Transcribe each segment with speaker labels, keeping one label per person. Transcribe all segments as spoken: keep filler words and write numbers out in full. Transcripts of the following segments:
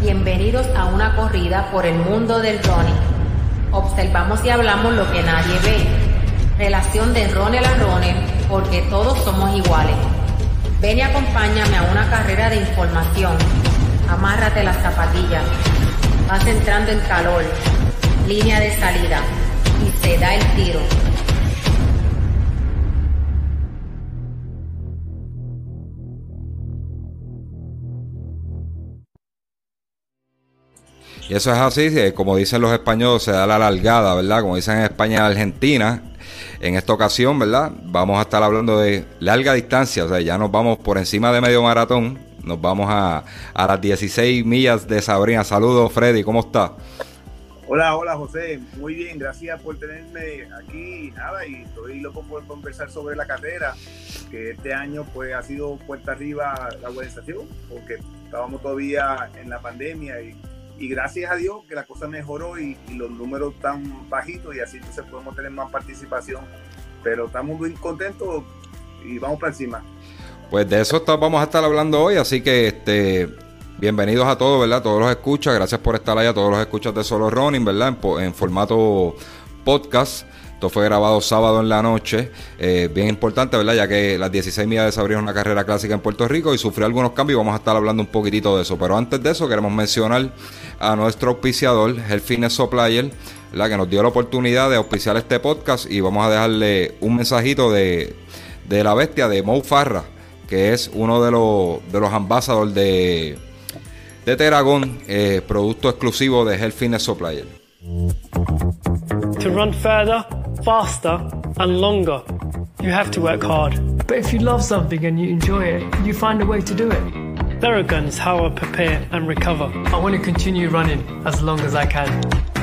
Speaker 1: Bienvenidos a una corrida por el mundo del running. Observamos y hablamos lo que nadie ve. Relación de runner a runner, porque todos somos iguales. Ven y acompáñame a una carrera de información. Amárrate las zapatillas. Vas entrando en calor. Línea de salida. Y se da el tiro.
Speaker 2: Y eso es así, como dicen los españoles, se da la largada, ¿verdad? Como dicen en España y Argentina. En esta ocasión, ¿verdad? Vamos a estar hablando de larga distancia, o sea, ya nos vamos por encima de medio maratón. Nos vamos a, a las dieciséis millas de Sabrina. Saludos, Freddy, ¿cómo está?
Speaker 3: Hola, hola, José. Muy bien, gracias por tenerme aquí. Nada, y estoy loco por conversar sobre la carrera, que este año pues ha sido puerta arriba la organización, porque estábamos todavía en la pandemia y Y gracias a Dios que la cosa mejoró y, y los números están bajitos y así entonces podemos tener más participación. Pero estamos muy contentos y vamos para encima.
Speaker 2: Pues de eso está, vamos a estar hablando hoy, así que este, bienvenidos a todos, ¿verdad? Todos los escuchas, gracias por estar ahí, a todos los escuchas de Solo Running, ¿verdad? En, en formato podcast. Esto fue grabado sábado en la noche, eh, bien importante, ¿verdad? Ya que las dieciséis millas de Sabrina es una carrera clásica en Puerto Rico y sufrió algunos cambios y vamos a estar hablando un poquitito de eso. Pero antes de eso queremos mencionar a nuestro auspiciador, Health Fitness Supplier, ¿verdad? Que nos dio la oportunidad de auspiciar este podcast y vamos a dejarle un mensajito de, de la bestia de Mo Farah, que es uno de los, de los ambassadors de, de Teragón, eh, producto exclusivo de Health Fitness Supplier.
Speaker 4: To run further, faster and longer, you have to work hard.
Speaker 5: But if you love something and you enjoy it, you find a way to do it.
Speaker 4: Theragun is how I prepare and recover.
Speaker 5: I want to continue running as long as I can.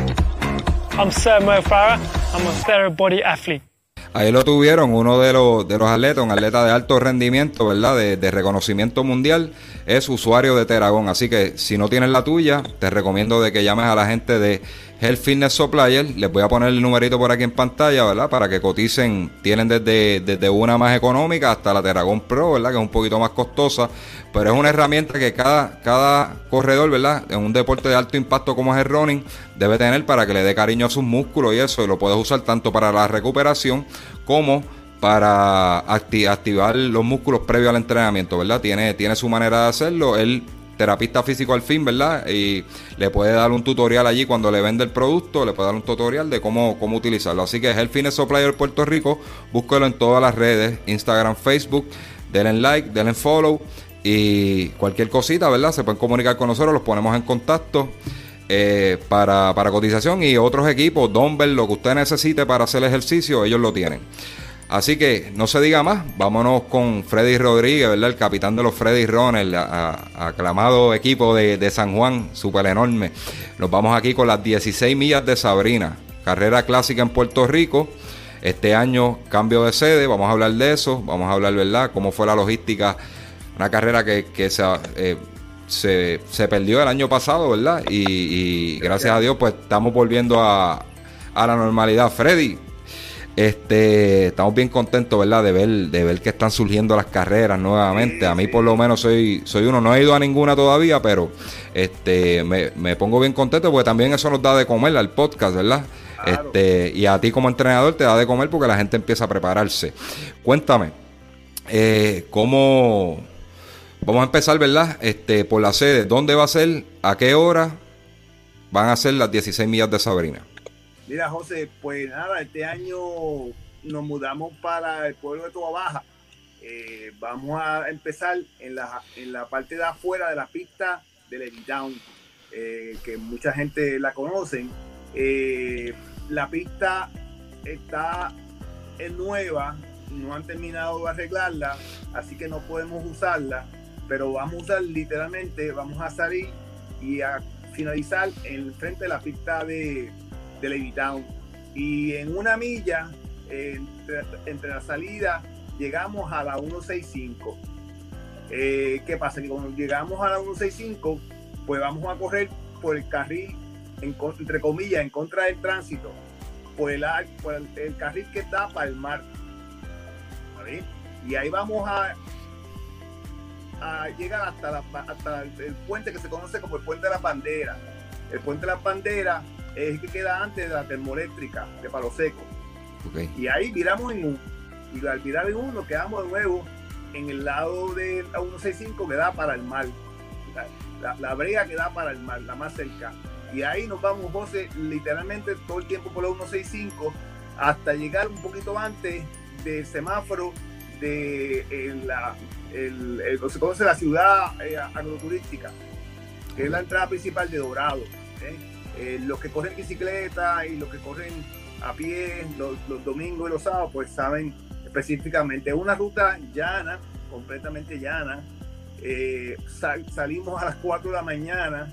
Speaker 4: I'm Sir Mo Farah. I'm a Therabody athlete.
Speaker 2: Ahí lo tuvieron, uno de los, de los atletas, un atleta de alto rendimiento, ¿verdad? De, de reconocimiento mundial, es usuario de Teragón. Así que si no tienes la tuya, te recomiendo de que llames a la gente de Health Fitness Supplier. Les voy a poner el numerito por aquí en pantalla, ¿verdad? Para que coticen. Tienen desde, desde una más económica hasta la Teragón Pro, ¿verdad? Que es un poquito más costosa, pero es una herramienta que cada, cada corredor, ¿verdad? En un deporte de alto impacto como es el running, debe tener para que le dé cariño a sus músculos y eso. Y lo puedes usar tanto para la recuperación como para acti- activar los músculos previo al entrenamiento, ¿verdad? Tiene, tiene su manera de hacerlo. El terapista físico al fin, ¿verdad? Y le puede dar un tutorial allí cuando le vende el producto, le puede dar un tutorial de cómo, cómo utilizarlo. Así que Health Fitness Supplier Puerto Rico, búsquelo en todas las redes, Instagram, Facebook, denle like, denle follow y cualquier cosita, ¿verdad? Se pueden comunicar con nosotros, los ponemos en contacto. Eh, para, para cotización y otros equipos, dumbbell, lo que usted necesite para hacer ejercicio, ellos lo tienen. Así que no se diga más, vámonos con Freddy Rodríguez, ¿verdad? El capitán de los Freddy Runners, aclamado equipo de, de San Juan, súper enorme. Nos vamos aquí con las dieciséis millas de Sabrina, carrera clásica en Puerto Rico. Este año cambio de sede, vamos a hablar de eso, vamos a hablar, ¿verdad? Cómo fue la logística, una carrera que, que se... Eh, Se, se perdió el año pasado, ¿verdad? Y, y gracias a Dios, pues estamos volviendo a, a la normalidad. Freddy, este, estamos bien contentos, ¿verdad? De ver, de ver que están surgiendo las carreras nuevamente. A mí, por lo menos, soy, soy uno. No he ido a ninguna todavía, pero este, me, me pongo bien contento porque también eso nos da de comer al podcast, ¿verdad? Claro. Este, y a ti como entrenador te da de comer porque la gente empieza a prepararse. Cuéntame, eh, ¿cómo...? Vamos a empezar, ¿verdad? Este, por la sede. ¿Dónde va a ser? ¿A qué hora van a ser las dieciséis millas de Sabrina?
Speaker 3: Mira, José, pues nada, este año nos mudamos para el pueblo de Toa Baja. Eh, vamos a empezar en la, en la parte de afuera de la pista de Levittown, eh, que mucha gente la conocen. Eh, la pista está es nueva, no han terminado de arreglarla, así que no podemos usarla. Pero vamos a usar literalmente, vamos a salir y a finalizar en frente de la pista de, de Levittown. Y en una milla, eh, entre, entre la salida, llegamos a la ciento sesenta y cinco. Eh, ¿Qué pasa? Que cuando llegamos a la ciento sesenta y cinco, pues vamos a correr por el carril, en, entre comillas, en contra del tránsito, por el, por el, el carril que está para el mar. ¿Vale? Y ahí vamos a... a llegar hasta, la, hasta el, el puente que se conoce como el Puente de las Banderas. El Puente de las Banderas es el que queda antes de la termoeléctrica de Palo Seco.
Speaker 2: Okay.
Speaker 3: Y ahí viramos en U. Y al virar en U nos quedamos de nuevo en el lado de la ciento sesenta y cinco que da para el mar. La, la, la brea que da para el mar, la más cerca. Y ahí nos vamos, José, literalmente todo el tiempo por la ciento sesenta y cinco hasta llegar un poquito antes del semáforo de el, la, el, el, se conoce la ciudad eh, agroturística, que es la entrada principal de Dorado. ¿eh? Eh, los que corren bicicleta y los que corren a pie los, los domingos y los sábados, pues saben específicamente. Es una ruta llana, completamente llana. Eh, sal, salimos a las cuatro de la mañana,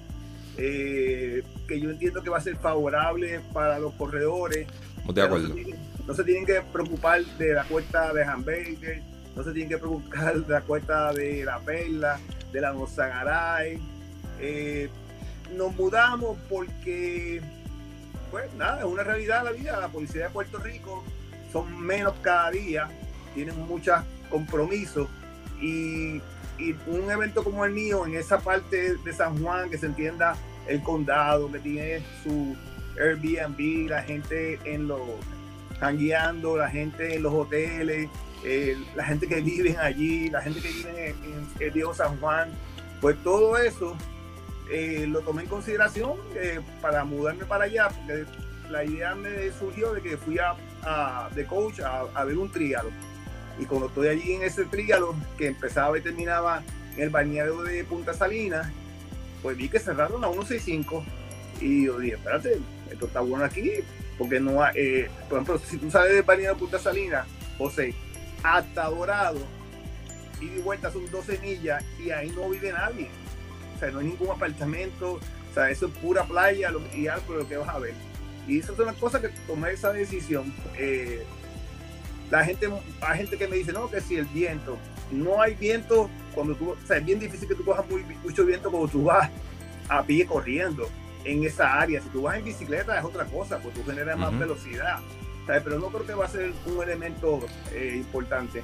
Speaker 3: eh, que yo entiendo que va a ser favorable para los corredores.
Speaker 2: De acuerdo.
Speaker 3: No se, tienen, no se tienen que preocupar de la cuesta de Hamburger, no se tienen que preocupar de la cuesta de La Perla, de la Gonzagaray. Eh, nos mudamos porque, pues nada, es una realidad la vida. La policía de Puerto Rico son menos cada día, tienen muchos compromisos y, y un evento como el mío en esa parte de San Juan, que se entienda el condado, que tiene su Airbnb, la gente en los jangueando, la gente en los hoteles, eh, la gente que vive allí, la gente que vive en, en el viejo San Juan, pues todo eso eh, lo tomé en consideración eh, para mudarme para allá, porque la idea me surgió de que fui a, a de coach a, a ver un triatlón, y cuando estoy allí en ese triatlón que empezaba y terminaba en el balneario de Punta Salinas, pues vi que cerraron la ciento sesenta y cinco y yo dije, espérate, esto está bueno aquí, porque no hay, eh, por ejemplo, si tú sales del balneario de Punta Salinas, José, hasta Dorado, ida y vuelta son doce millas y ahí no vive nadie, o sea, no hay ningún apartamento, o sea, eso es pura playa y algo lo que vas a ver. Y esas son las cosas que tomé esa decisión. Eh, la gente, hay gente que me dice, no, que si el viento, no hay viento cuando tú, o sea, es bien difícil que tú cojas muy, mucho viento cuando tú vas a pie corriendo en esa área. Si tú vas en bicicleta es otra cosa, pues tú generas uh-huh. más velocidad, ¿sabes? Pero no creo que va a ser un elemento eh, importante.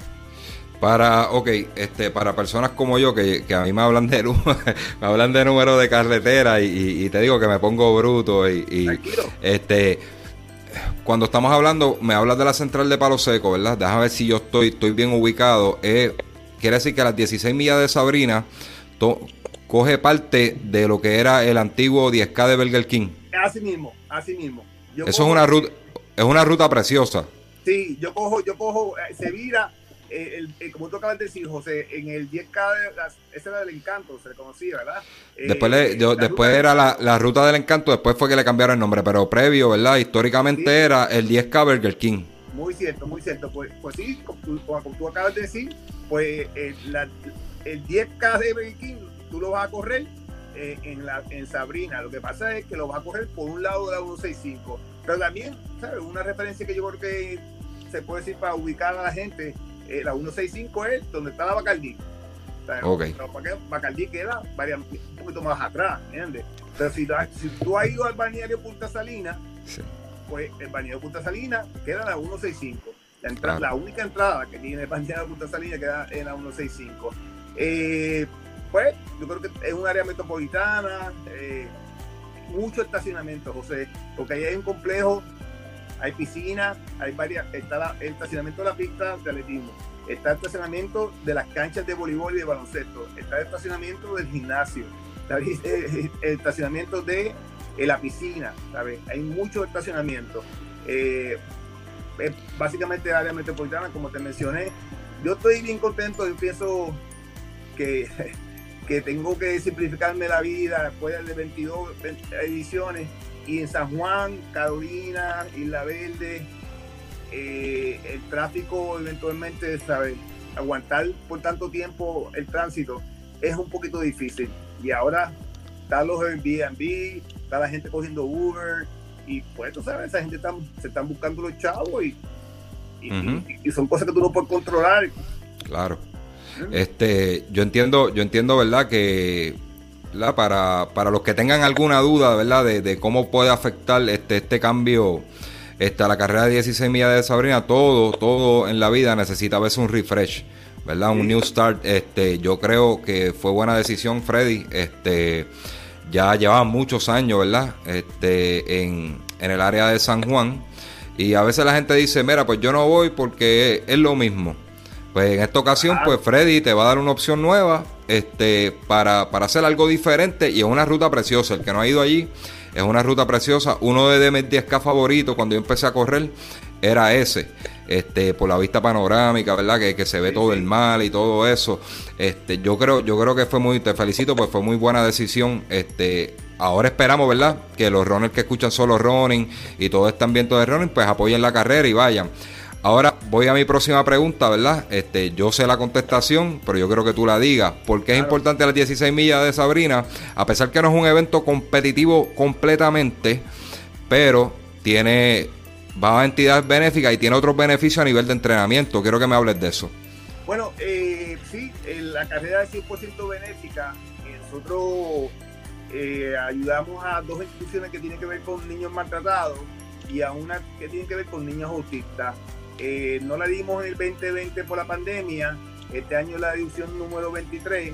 Speaker 2: Para, ok, este, para personas como yo que, que a mí me hablan de me hablan de número de carretera y, y, y te digo que me pongo bruto y, y este cuando estamos hablando, me hablas de la central de Palo Seco, ¿verdad? Déjame ver si yo estoy, estoy bien ubicado. Eh, quiere decir que a las dieciséis millas de Sabrina to, coge parte de lo que era el antiguo diez K de Burger King.
Speaker 3: Así mismo, así mismo. Yo
Speaker 2: Eso cojo, es una ruta, es una ruta preciosa.
Speaker 3: Sí, yo cojo, yo cojo, eh, se vira. El, el, como tú acabas de decir, José, en el diez K, de las, ese era del Encanto, se le conocía, ¿verdad?
Speaker 2: Después,
Speaker 3: eh,
Speaker 2: le, yo, después ruta, era la, la ruta del Encanto, después fue que le cambiaron el nombre, pero previo, ¿verdad? Históricamente sí. Era el diez K Burger King.
Speaker 3: Muy cierto, muy cierto. Pues, pues sí, como tú, como tú acabas de decir, pues eh, la, el diez K de Burger King, tú lo vas a correr eh, en, la, en Sabrina. Lo que pasa es que lo vas a correr por un lado de la ciento sesenta y cinco. Pero también, ¿sabes? Una referencia que yo creo que se puede decir para ubicar a la gente. Eh, la ciento sesenta y cinco es donde está la Bacardí. O sea,
Speaker 2: okay.
Speaker 3: La Bacardí queda varias, un poquito más atrás, ¿entiendes? Pero si, si tú has ido al balneario Punta Salinas, sí. Pues el balneario Punta Salinas queda en la ciento sesenta y cinco. La, entra, claro. La única entrada que tiene el balneario Punta Salinas queda en la ciento sesenta y cinco. Eh, pues yo creo que es un área metropolitana, eh, mucho estacionamiento, José, porque ahí hay un complejo. Hay piscina, hay varias, está la, el estacionamiento de la pista de atletismo, está el estacionamiento de las canchas de voleibol y de baloncesto, está el estacionamiento del gimnasio, ¿sabes? El, el estacionamiento de, de la piscina, ¿sabes? Hay mucho estacionamiento. Eh, es básicamente el área metropolitana, como te mencioné. Yo estoy bien contento, yo pienso que, que tengo que simplificarme la vida después de veintidós ediciones. Y en San Juan, Carolina, Isla Verde, eh, el tráfico eventualmente, ¿sabes? Aguantar por tanto tiempo el tránsito es un poquito difícil. Y ahora están los Airbnb, está la gente cogiendo Uber, y pues tú sabes, esa gente está, se están buscando los chavos y, y, uh-huh. y, y son cosas que tú no puedes controlar.
Speaker 2: Claro. ¿Mm? Este, yo entiendo, yo entiendo, ¿verdad? Que ¿verdad? Para, para los que tengan alguna duda, ¿verdad? De, de cómo puede afectar este, este cambio este, a la carrera de dieciséis millas de Sabrina, todo, todo en la vida necesita a veces un refresh. ¿verdad? Un New Start. Este, yo creo que fue buena decisión, Freddy. Este, ya llevaba muchos años, ¿verdad? Este, en, en el área de San Juan. Y a veces la gente dice, mira, pues yo no voy porque es lo mismo. Pues en esta ocasión, pues Freddy te va a dar una opción nueva, este, para, para hacer algo diferente, y es una ruta preciosa. El que no ha ido allí, es una ruta preciosa. Uno de mis diez K favoritos cuando yo empecé a correr era ese, este, por la vista panorámica, ¿verdad? Que, que se ve todo el mar y todo eso. Este, yo creo, yo creo que fue muy, te felicito, pues fue muy buena decisión. Este, ahora esperamos, ¿verdad? Que los runners que escuchan solo running y todo este ambiente de running, pues apoyen la carrera y vayan. Ahora voy a mi próxima pregunta, ¿verdad? Este, yo sé la contestación, pero yo creo que tú la digas. ¿Por qué es importante las dieciséis millas de Sabrina? A pesar que no es un evento competitivo completamente, pero tiene, va a entidades benéficas y tiene otros beneficios a nivel de entrenamiento. Quiero que me hables de eso.
Speaker 3: Bueno, eh, sí, la carrera es cien por ciento benéfica. Nosotros eh, ayudamos a dos instituciones que tienen que ver con niños maltratados y a una que tiene que ver con niños autistas. Eh, no la dimos en el veinte veinte por la pandemia. Este año la edición número veintitrés.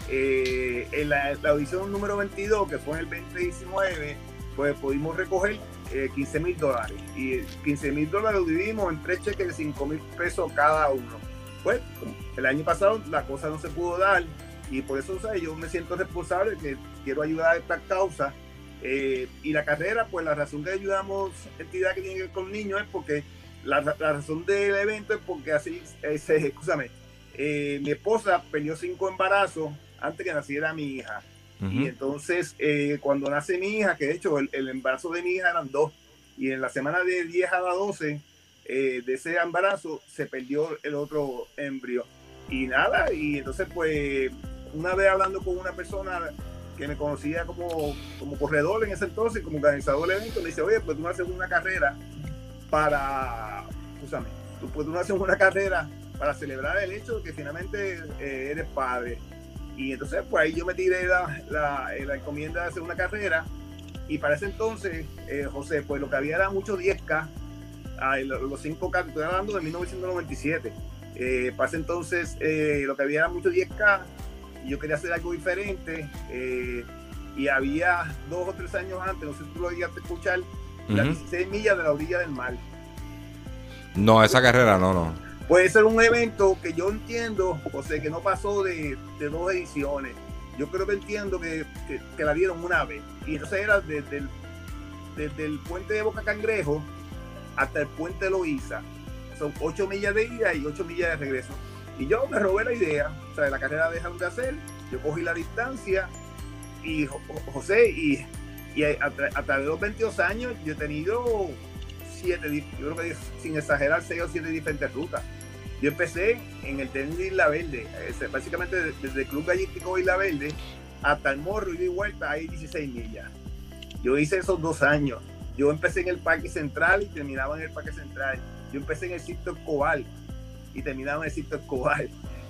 Speaker 3: Eh, en la, la edición número veintidós, que fue en el veinte diecinueve, pues pudimos recoger eh, quince mil dólares. Y quince mil dólares lo dividimos en tres cheques de cinco mil pesos cada uno. Pues el año pasado la cosa no se pudo dar, y por eso, ¿sabes? Yo me siento responsable, que quiero ayudar a esta causa. Eh, y la carrera, pues la razón que ayudamos entidades que tienen que ver con niños es porque La, la razón del evento es porque así, ese, escúchame, eh, mi esposa perdió cinco embarazos antes que naciera mi hija. Uh-huh. Y entonces, eh, cuando nace mi hija, que de hecho el, el embarazo de mi hija eran dos, y en la semana de diez a la doce eh, de ese embarazo se perdió el otro embrión. Y nada, y entonces, pues, una vez hablando con una persona que me conocía como, como corredor en ese entonces, como organizador del evento, me dice, oye, pues tú haces una carrera para, escúchame, tú puedes hacer una carrera para celebrar el hecho de que finalmente eh, eres padre. Y entonces, pues ahí yo me tiré la, la, la encomienda de hacer una carrera, y para ese entonces, eh, José, pues lo que había era mucho diez K, ah, los, los cinco K, estoy hablando de mil novecientos noventa y siete. Eh, para ese entonces, eh, lo que había era mucho diez K, y yo quería hacer algo diferente, eh, y había dos o tres años antes, no sé si tú lo llegaste a escuchar, las dieciséis millas de la orilla del mar.
Speaker 2: No, esa carrera no, no.
Speaker 3: Puede ser un evento que yo entiendo, o sea, que no pasó de, de dos ediciones. Yo creo que entiendo que, que, que la dieron una vez. Y entonces era desde el, desde el puente de Boca Cangrejo hasta el puente de Loíza. Son ocho millas de ida y ocho millas de regreso. Y yo me robé la idea, o sea, la carrera dejaron de hacer, yo cogí la distancia, y José, y Y a, a, a través de los veintidós años yo he tenido siete, yo creo que sin exagerar, seis o siete diferentes rutas. Yo empecé en el tenis de Isla Verde, básicamente desde el Club Gallístico de Isla Verde hasta el Morro y de vuelta hay dieciséis millas. Yo hice esos dos años. Yo empecé en el Parque Central y terminaba en el Parque Central. Yo empecé en el Sisto Escobar y terminaba en el Sisto Escobar.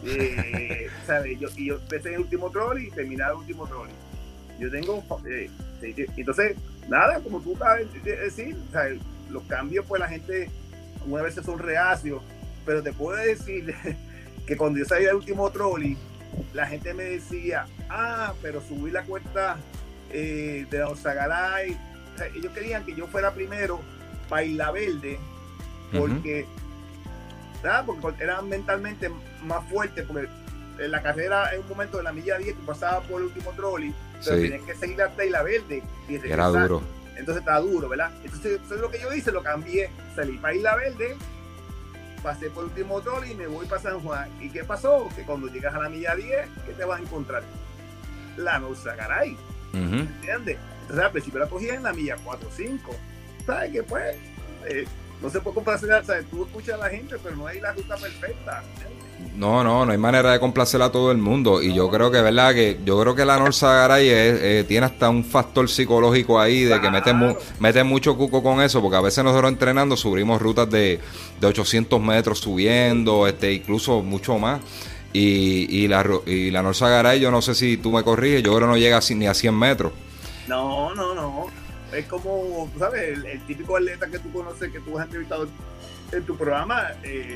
Speaker 3: Eh, ¿sabes? Yo, y yo empecé en el último trolley y terminaba en el último trolley. Yo tengo, eh, entonces, nada, como tú sabes decir, o sea, los cambios, pues la gente algunas veces son reacios, pero te puedo decir que cuando yo salí del último trolley, la gente me decía, ah, pero subí la cuesta eh, de la Orzagaray. O sea, ellos querían que yo fuera primero para Isla Verde, porque, uh-huh. ¿verdad? Porque eran mentalmente más fuertes, porque en la carrera en un momento de la milla diez tú pasabas por el último trolley, pero sí, tienes que seguir hasta Isla Verde y
Speaker 2: era duro,
Speaker 3: entonces estaba duro, ¿verdad? Entonces eso es lo que yo hice, lo cambié, salí para Isla Verde, pasé por el último trolley y me voy para San Juan. ¿Y qué pasó? Que cuando llegas a la milla diez, ¿qué te vas a encontrar? La Norzagaray, uh-huh. ¿entiendes? Entonces al principio la cogía en la milla cuatro o cinco, ¿sabes qué? Pues eh, no se puede complacer, ¿sabes? Tú escuchas a la gente, pero no hay la ruta perfecta, ¿entiendes?
Speaker 2: No, no, no hay manera de complacer a todo el mundo. Y yo creo que, ¿verdad? Que yo creo que la Norzagaray eh, tiene hasta un factor psicológico ahí de que meten, mu meten mucho cuco con eso, porque a veces nosotros entrenando subimos rutas de, de ochocientos metros subiendo, este, incluso mucho más. Y, y la y la Norzagaray, yo no sé si tú me corriges, yo creo que no llega ni a cien metros.
Speaker 3: No, no, no. Es como, ¿sabes? El, el típico atleta que tú conoces, que tú has entrevistado en tu programa, eh,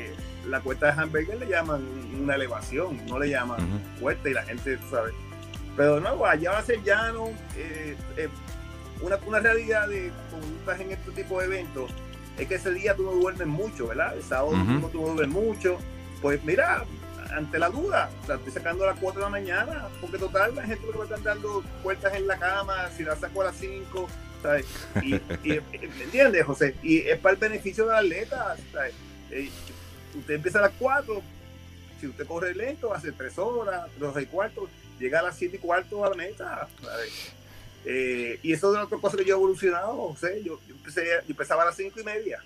Speaker 3: la cuesta de hamburger le llaman una elevación, no le llaman uh-huh. cuesta, y la gente, tú sabes. Pero no, allá va a ser llano. Eh, eh, una, una realidad de cuando estás en este tipo de eventos es que ese día tú no duermes mucho, ¿verdad? El sábado uh-huh. tú no duermes mucho. Pues mira, ante la duda, o sea, estoy sacando a las cuatro de la mañana, porque total, la gente que me están dando vueltas en la cama, si la saco a las cinco, ¿sabes? Y, y, ¿me entiendes, José? Y es para el beneficio del atleta, ¿sabes? Eh, usted empieza a las cuatro, si usted corre lento, hace tres horas, dos y cuarto, llega a las siete y cuarto a la meta, ¿sabes? Eh, y eso es otra cosa que yo he evolucionado, José. Yo, yo, empecé, yo empezaba a las cinco y media.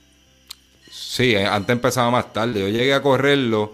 Speaker 2: Sí, antes empezaba más tarde. Yo llegué a correrlo.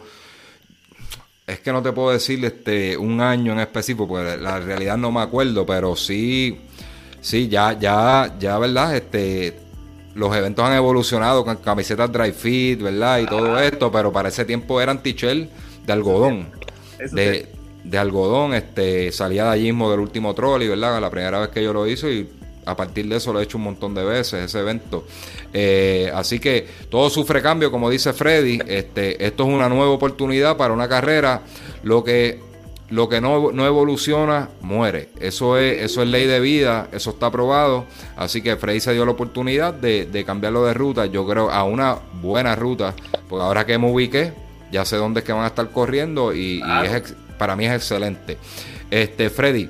Speaker 2: Es que no te puedo decir este un año en específico, porque la realidad no me acuerdo, pero sí, sí, ya, ya, ya, ¿verdad? Este, los eventos han evolucionado con camisetas dry fit, ¿verdad? Y todo esto, pero para ese tiempo eran t-shirt de algodón.
Speaker 3: Eso
Speaker 2: de,
Speaker 3: sí.
Speaker 2: de algodón, este, salía de allí mismo del último trolley, ¿verdad? La primera vez que yo lo hice, y a partir de eso lo he hecho un montón de veces, ese evento. Eh, así que todo sufre cambio, como dice Freddy. Este, esto es una nueva oportunidad para una carrera. Lo que, lo que no, no evoluciona, muere. Eso es, eso es ley de vida, eso está probado. Así que Freddy se dio la oportunidad de, de cambiarlo de ruta, yo creo, a una buena ruta. Porque ahora que me ubiqué, ya sé dónde es que van a estar corriendo y, claro. y es, para mí es excelente. Este, Freddy,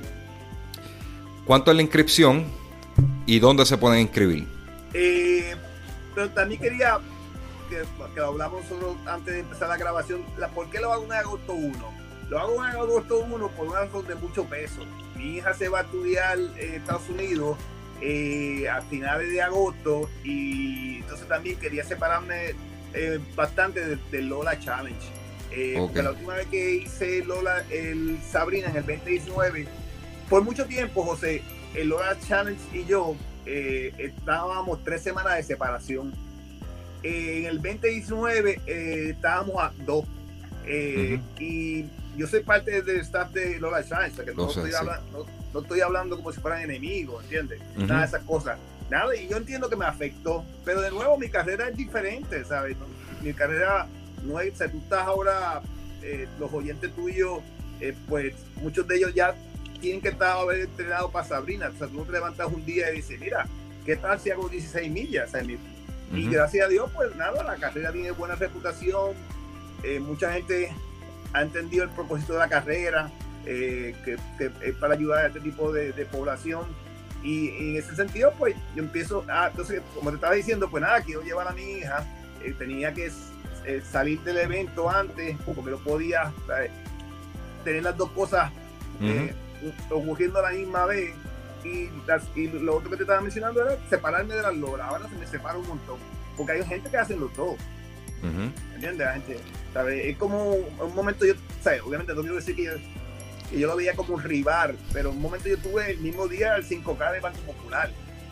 Speaker 2: ¿cuánto es la inscripción? ¿Y dónde se pueden inscribir?
Speaker 3: Eh, pero también quería que, que lo hablamos solo antes de empezar la grabación. La, ¿Por qué lo hago en agosto uno? Lo hago en agosto uno por una razón de mucho peso. Mi hija se va a estudiar en Estados Unidos eh, a finales de agosto, y entonces también quería separarme eh, bastante del de Lola Challenge. Eh, okay. Porque la última vez que hice Lola, el Sabrina en el veinte diecinueve, por mucho tiempo, José, el Lola Challenge y yo eh, estábamos tres semanas de separación. Eh, en el veinte diecinueve eh, estábamos a dos. Eh, uh-huh. Y yo soy parte del staff de Lola Challenge, o sea que no, no, sé, estoy sí. hablando, no, no estoy hablando como si fueran enemigos, ¿entiendes? Uh-huh. Nada de esas cosas. Nada, y yo entiendo que me afectó, pero de nuevo mi carrera es diferente, ¿sabes? Mi carrera no es, o sea, tú estás ahora, eh, los oyentes tuyos, eh, pues muchos de ellos ya tienen que estar haber entrenado para Sabrina. O sea, tú no te levantas un día y dices, mira, ¿qué tal si hago dieciséis millas? O sea, mi, uh-huh. Y gracias a Dios, pues nada, la carrera tiene buena reputación. Eh, mucha gente ha entendido el propósito de la carrera, eh, que, que es para ayudar a este tipo de, de población. Y, y en ese sentido, pues yo empiezo a, entonces, como te estaba diciendo, pues nada, quiero llevar a mi hija. Eh, tenía que eh, salir del evento antes, porque no podía ¿sabes? tener las dos cosas uh-huh. eh, ocurriendo a la misma vez, y, las, y lo otro que te estaba mencionando era separarme de las loras. Ahora se me separa un montón, porque hay gente que hace los dos. Uh-huh. ¿Entiendes? La gente, ¿sabes? Es como un momento, yo, ¿sabes? Obviamente no quiero decir que yo, que yo lo veía como un rival, pero un momento yo tuve el mismo día el cinco K de Banco Popular,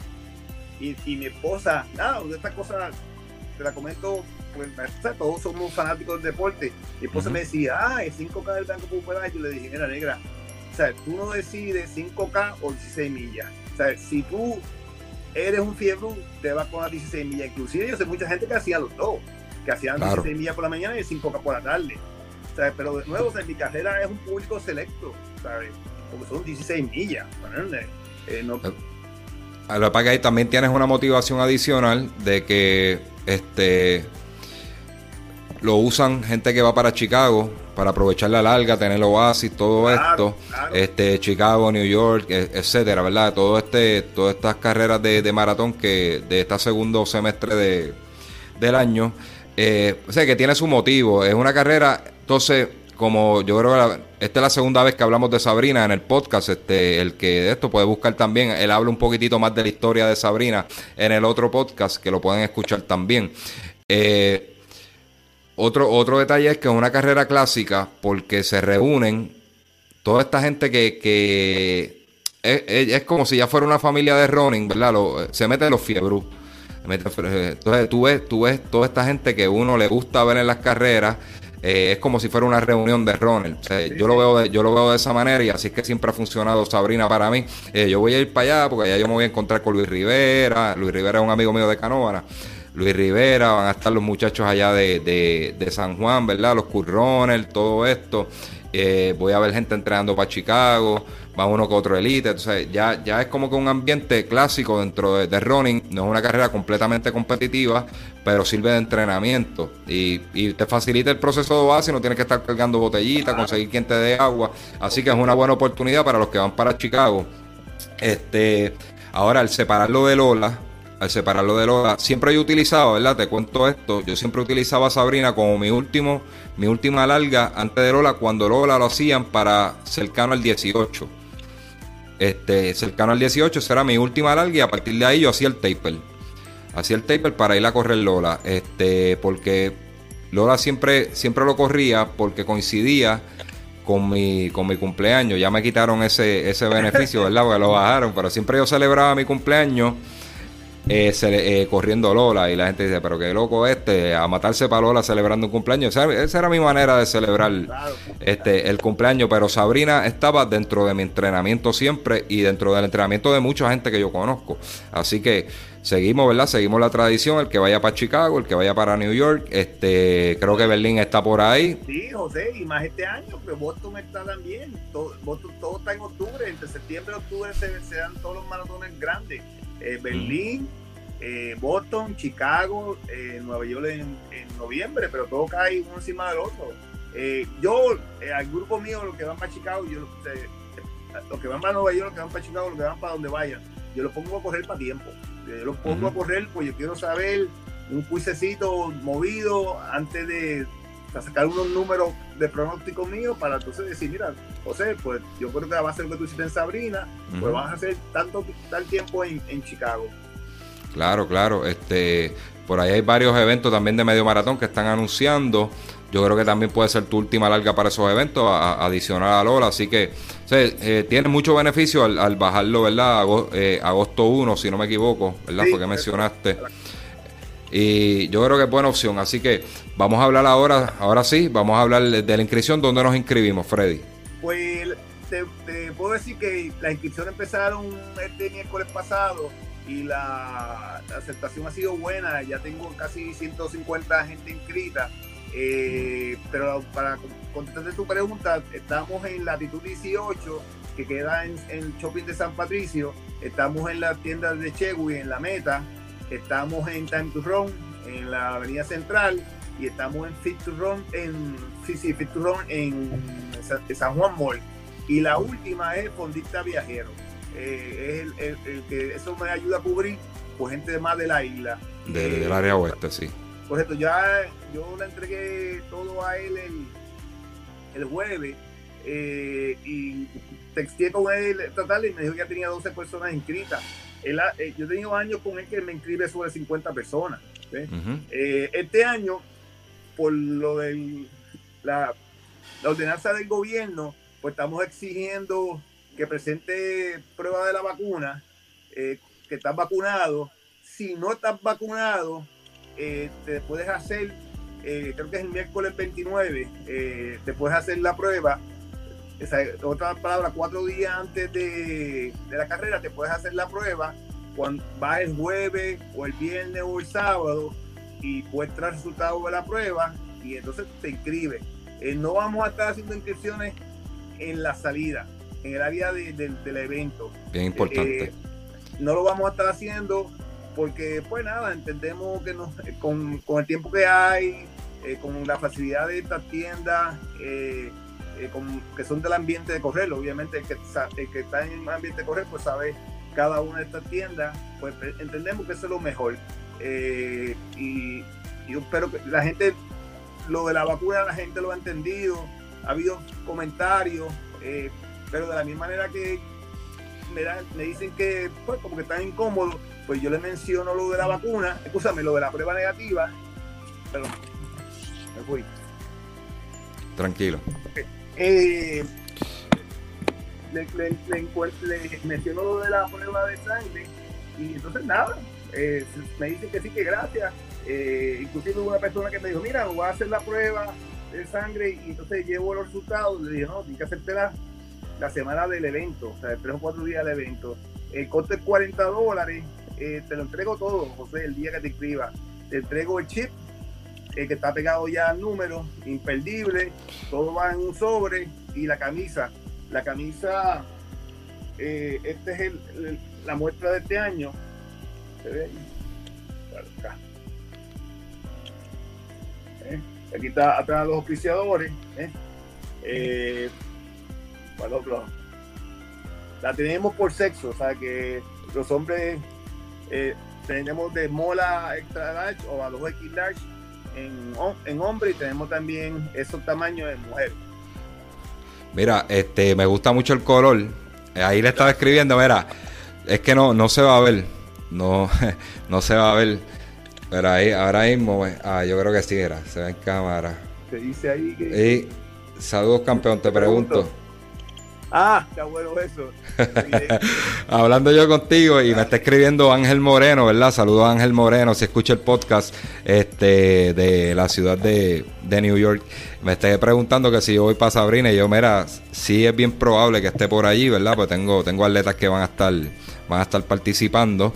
Speaker 3: y, y mi esposa, nada, de esta cosa te la comento, pues, ¿sabes? Todos somos fanáticos del deporte. Mi esposa uh-huh. me decía, ah, el cinco K del Banco Popular. Yo le dije, mira, negra, o sea, tú no decides cinco K o dieciséis millas. O sea, si tú eres un fiebre, te vas con las dieciséis millas. Inclusive yo sé mucha gente que hacía los dos, que hacían claro. dieciséis millas por la mañana y cinco K por la tarde. O sea, pero de nuevo, o sea, mi carrera es un público selecto, ¿sabes? Porque son dieciséis millas. Eh, no...
Speaker 2: A lo que ahí también tienes una motivación adicional de que este lo usan gente que va para Chicago para aprovechar la larga, tener el oasis, todo claro, esto, claro. este Chicago, New York, etcétera, ¿verdad? Todo este, todas estas carreras de, de maratón que de este segundo semestre de, del año, eh, o sea, que tiene su motivo. Es una carrera, entonces, como yo creo que la, esta es la segunda vez que hablamos de Sabrina en el podcast, este, el que de esto puede buscar también, él habla un poquitito más de la historia de Sabrina en el otro podcast, que lo pueden escuchar también. Eh, Otro, otro detalle es que es una carrera clásica porque se reúnen toda esta gente que, que es, es, es como si ya fuera una familia de running, ¿verdad? Lo, se meten los fiebrus. Entonces tú ves, tú ves toda esta gente que uno le gusta ver en las carreras. Eh, es como si fuera una reunión de runners. O sea, yo lo veo de, yo lo veo de esa manera, y así es que siempre ha funcionado Sabrina para mí. Eh, yo voy a ir para allá porque allá yo me voy a encontrar con Luis Rivera. Luis Rivera es un amigo mío de Canóvana. Luis Rivera, van a estar los muchachos allá de, de, de San Juan, ¿verdad? Los Currones, todo esto. Eh, voy a ver gente entrenando para Chicago, va uno que otro elite, entonces ya, ya es como que un ambiente clásico dentro de, de running, no es una carrera completamente competitiva, pero sirve de entrenamiento y, y te facilita el proceso de base, no tienes que estar cargando botellitas, conseguir quien te dé agua, así que es una buena oportunidad para los que van para Chicago. Este, ahora al separarlo de Lola, al separarlo de Lola, siempre he utilizado, ¿verdad? Te cuento esto, yo siempre utilizaba a Sabrina como mi último, mi última larga antes de Lola, cuando Lola lo hacían para cercano al dieciocho. Este, cercano al dieciocho, esa era mi última larga y a partir de ahí yo hacía el taper. Hacía el taper para ir a correr Lola, este, porque Lola siempre, siempre lo corría porque coincidía con mi, con mi cumpleaños. Ya me quitaron ese, ese beneficio, ¿verdad? Porque lo bajaron, pero siempre yo celebraba mi cumpleaños Eh, se, eh, corriendo Lola y la gente dice, pero qué loco este, a matarse para Lola celebrando un cumpleaños. Esa, esa era mi manera de celebrar este, el cumpleaños, pero Sabrina estaba dentro de mi entrenamiento siempre y dentro del entrenamiento de mucha gente que yo conozco, así que seguimos, ¿verdad? Seguimos la tradición, el que vaya para Chicago, el que vaya para New York, este, creo que Berlín está por ahí.
Speaker 3: Sí, José, y más este año, pero Boston está también, todo, Boston, todo está en octubre, entre septiembre y octubre se, se dan todos los maratones grandes. Eh, Berlín, eh, Boston, Chicago, eh, Nueva York en, en noviembre, pero todo cae uno encima del otro. Eh, yo, eh, al grupo mío, los que van para Chicago, yo, eh, los que van para Nueva York, los que van para Chicago, los que van para donde vayan, yo los pongo a correr para tiempo. Yo los pongo uh-huh. a correr, pues yo quiero saber un cuisecito movido antes de sacar unos números de pronóstico mío para entonces decir, mira, José, pues yo creo que va a ser lo que tú hiciste en Sabrina, uh-huh. pues vas a hacer tanto tal tiempo en, en Chicago.
Speaker 2: Claro, claro, este, por ahí hay varios eventos también de medio maratón que están anunciando. Yo creo que también puede ser tu última larga para esos eventos, a, a adicional a Lola, así que o sea, eh, tiene mucho beneficio al, al bajarlo, ¿verdad? Agosto, eh, agosto primero, si no me equivoco, ¿verdad? Sí, porque mencionaste. Y yo creo que es buena opción, así que vamos a hablar ahora, ahora sí, vamos a hablar de la inscripción. ¿Dónde nos inscribimos, Freddy?
Speaker 3: Pues te, te puedo decir que las inscripciones empezaron este miércoles pasado y la, la aceptación ha sido buena, ya tengo casi ciento cincuenta gente inscrita, eh, pero para contestarte tu pregunta, estamos en latitud dieciocho, que queda en, en el shopping de San Patricio, estamos en la tienda de Chewy, en la Meta, estamos en Time to Run en la Avenida Central y estamos en Fit to Run en sí, sí, Fit to Run en San Juan Mall, y la última es Fondista Viajero, eh, es el, el, el que eso me ayuda a cubrir pues gente de más de la isla
Speaker 2: de,
Speaker 3: eh,
Speaker 2: del área oeste, sí.
Speaker 3: Por cierto, ya yo le entregué todo a él el, el jueves eh, y texté con él esta tarde y me dijo que ya tenía doce personas inscritas. Él, eh, yo he tenido años con él que me inscribe sobre cincuenta personas. ¿sí? Uh-huh. eh, este año, por lo de la, la ordenanza del gobierno, pues estamos exigiendo que presente prueba de la vacuna, eh, que estás vacunado. Si no estás vacunado, eh, te puedes hacer, eh, creo que es el miércoles veintinueve, eh, te puedes hacer la prueba. Esa, otra palabra, cuatro días antes de, de la carrera te puedes hacer la prueba, cuando vas el jueves o el viernes o el sábado y puedes traer el resultado de la prueba y entonces te inscribes. Eh, no vamos a estar haciendo inscripciones en la salida, en el área de, de, del evento.
Speaker 2: Bien importante.
Speaker 3: Eh, no lo vamos a estar haciendo porque pues nada, entendemos que nos, con, con el tiempo que hay, eh, con la facilidad de estas tiendas, eh, Eh, con, que son del ambiente de correr, obviamente el que, el que está en el ambiente de correr pues sabe cada una de estas tiendas, pues entendemos que eso es lo mejor, eh, y yo espero que la gente, lo de la vacuna la gente lo ha entendido, ha habido comentarios, eh, pero de la misma manera que me, da, me dicen que pues como que están incómodos, pues yo les menciono lo de la vacuna, escúchame, lo de la prueba negativa, perdón, me fui.
Speaker 2: Tranquilo.
Speaker 3: Okay. Eh, le, le, le, le menciono lo de la prueba de sangre y entonces nada, eh, me dicen que sí, que gracias, eh, inclusive hubo una persona que me dijo, mira, voy a hacer la prueba de sangre y entonces llevo los resultados, le dije, no, tienes que hacerte la, la semana del evento, o sea, tres o cuatro días del evento, el costo es cuarenta dólares, eh, te lo entrego todo, José, el día que te inscribas. te entrego el chip, el que está pegado ya al número, imperdible, todo va en un sobre, y la camisa. La camisa, eh, esta es el, el, la muestra de este año. ¿Se ve? Acá. ¿Eh? Aquí está atrás los auspiciadores. ¿Eh? Eh, para el otro lado. La tenemos por sexo, o sea que los hombres eh, tenemos de mola extra large o a los X large en, en hombre, y tenemos también esos tamaños en mujer.
Speaker 2: Mira, este, me gusta mucho el color. Ahí le estaba escribiendo, mira, es que no, no se va a ver, no, no se va a ver. Pero ahí, ahora mismo, ah, yo creo que sí era, se ve en cámara.
Speaker 3: Se dice ahí que...
Speaker 2: Y saludos, campeón, te pregunto.
Speaker 3: Ah, está bueno eso.
Speaker 2: Hablando yo contigo, y me está escribiendo Ángel Moreno, ¿verdad? Saludos a Ángel Moreno, si escucha el podcast este de la ciudad de, de New York. Me está preguntando que si yo voy para Sabrina, y yo, mira, sí es bien probable que esté por allí, ¿verdad? Pues tengo, tengo atletas que van a estar, van a estar participando.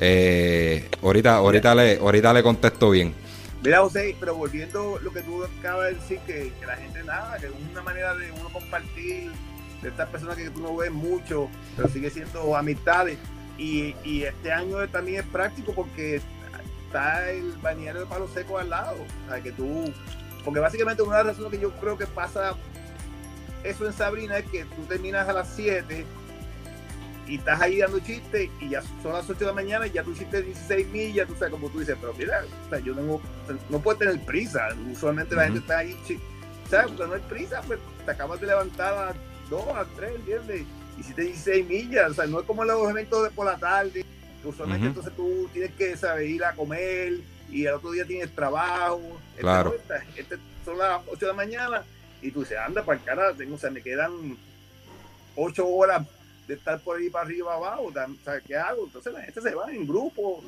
Speaker 2: Eh, ahorita, ahorita le, ahorita le contesto bien.
Speaker 3: Mira, José, pero volviendo a lo que tú acabas de decir, que, que la gente nada, que es una manera de uno compartir, de estas personas que tú no ves mucho, pero sigue siendo amistades. Y, y este año también es práctico porque está el balneario de Palo Seco al lado. O sea, que tú, porque básicamente una de las razones que yo creo que pasa eso en Sabrina es que tú terminas a las siete y estás ahí dando chistes, y ya son las ocho de la mañana y ya tú hiciste dieciséis millas, tú sabes, como tú dices, pero mira, o sea, yo tengo, no puedo tener prisa. Usualmente la uh-huh. gente está ahí, ¿sabes? Porque no hay prisa, pues te acabas de levantar a dos, a tres, ¿entiendes? Hiciste dieciséis millas, o sea, no es como los eventos de por la tarde, que usualmente uh-huh. entonces tú tienes que, ¿sabes?, ir a comer, y al otro día tienes trabajo.
Speaker 2: Claro.
Speaker 3: Este, no, este, este son las ocho de la mañana, y tú dices, anda para el carajo, o sea, me quedan ocho horas de estar por ahí para arriba, abajo, o sea, ¿qué hago? Entonces la gente se va en grupo,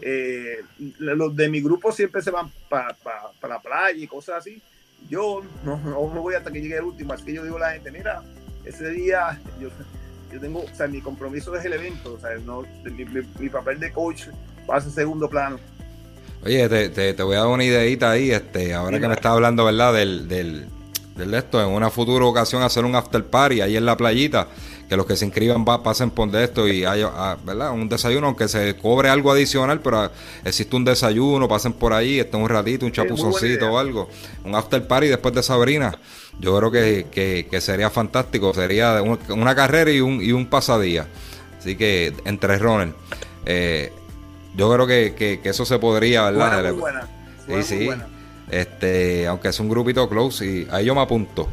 Speaker 3: eh, los de mi grupo siempre se van para pa, pa la playa y cosas así. Yo no, no me voy hasta que llegue el último, así que yo digo a la gente, mira, ese día yo, yo tengo, o sea, mi compromiso es el evento, o sea, no, mi, mi, mi papel de coach pasa a segundo plano.
Speaker 2: Oye, te, te, te voy a dar una ideita ahí, este, ahora sí, que me estás hablando, ¿verdad?, del, del, del esto, en una futura ocasión hacer un after party ahí en la playita, que los que se inscriban va, pasen por de esto y haya, ¿verdad?, un desayuno, aunque se cobre algo adicional, pero existe un desayuno, pasen por ahí, estén un ratito, un chapuzoncito o algo, un after party después de Sabrina. Yo creo que, que, que sería fantástico, sería un, una carrera y un, y un pasadía, así que entre runners, eh, yo creo que, que, que eso se podría, ¿verdad?
Speaker 3: Buena, muy buena.
Speaker 2: Sí, sí, buena. Este, aunque es un grupito close, y ahí yo me apunto.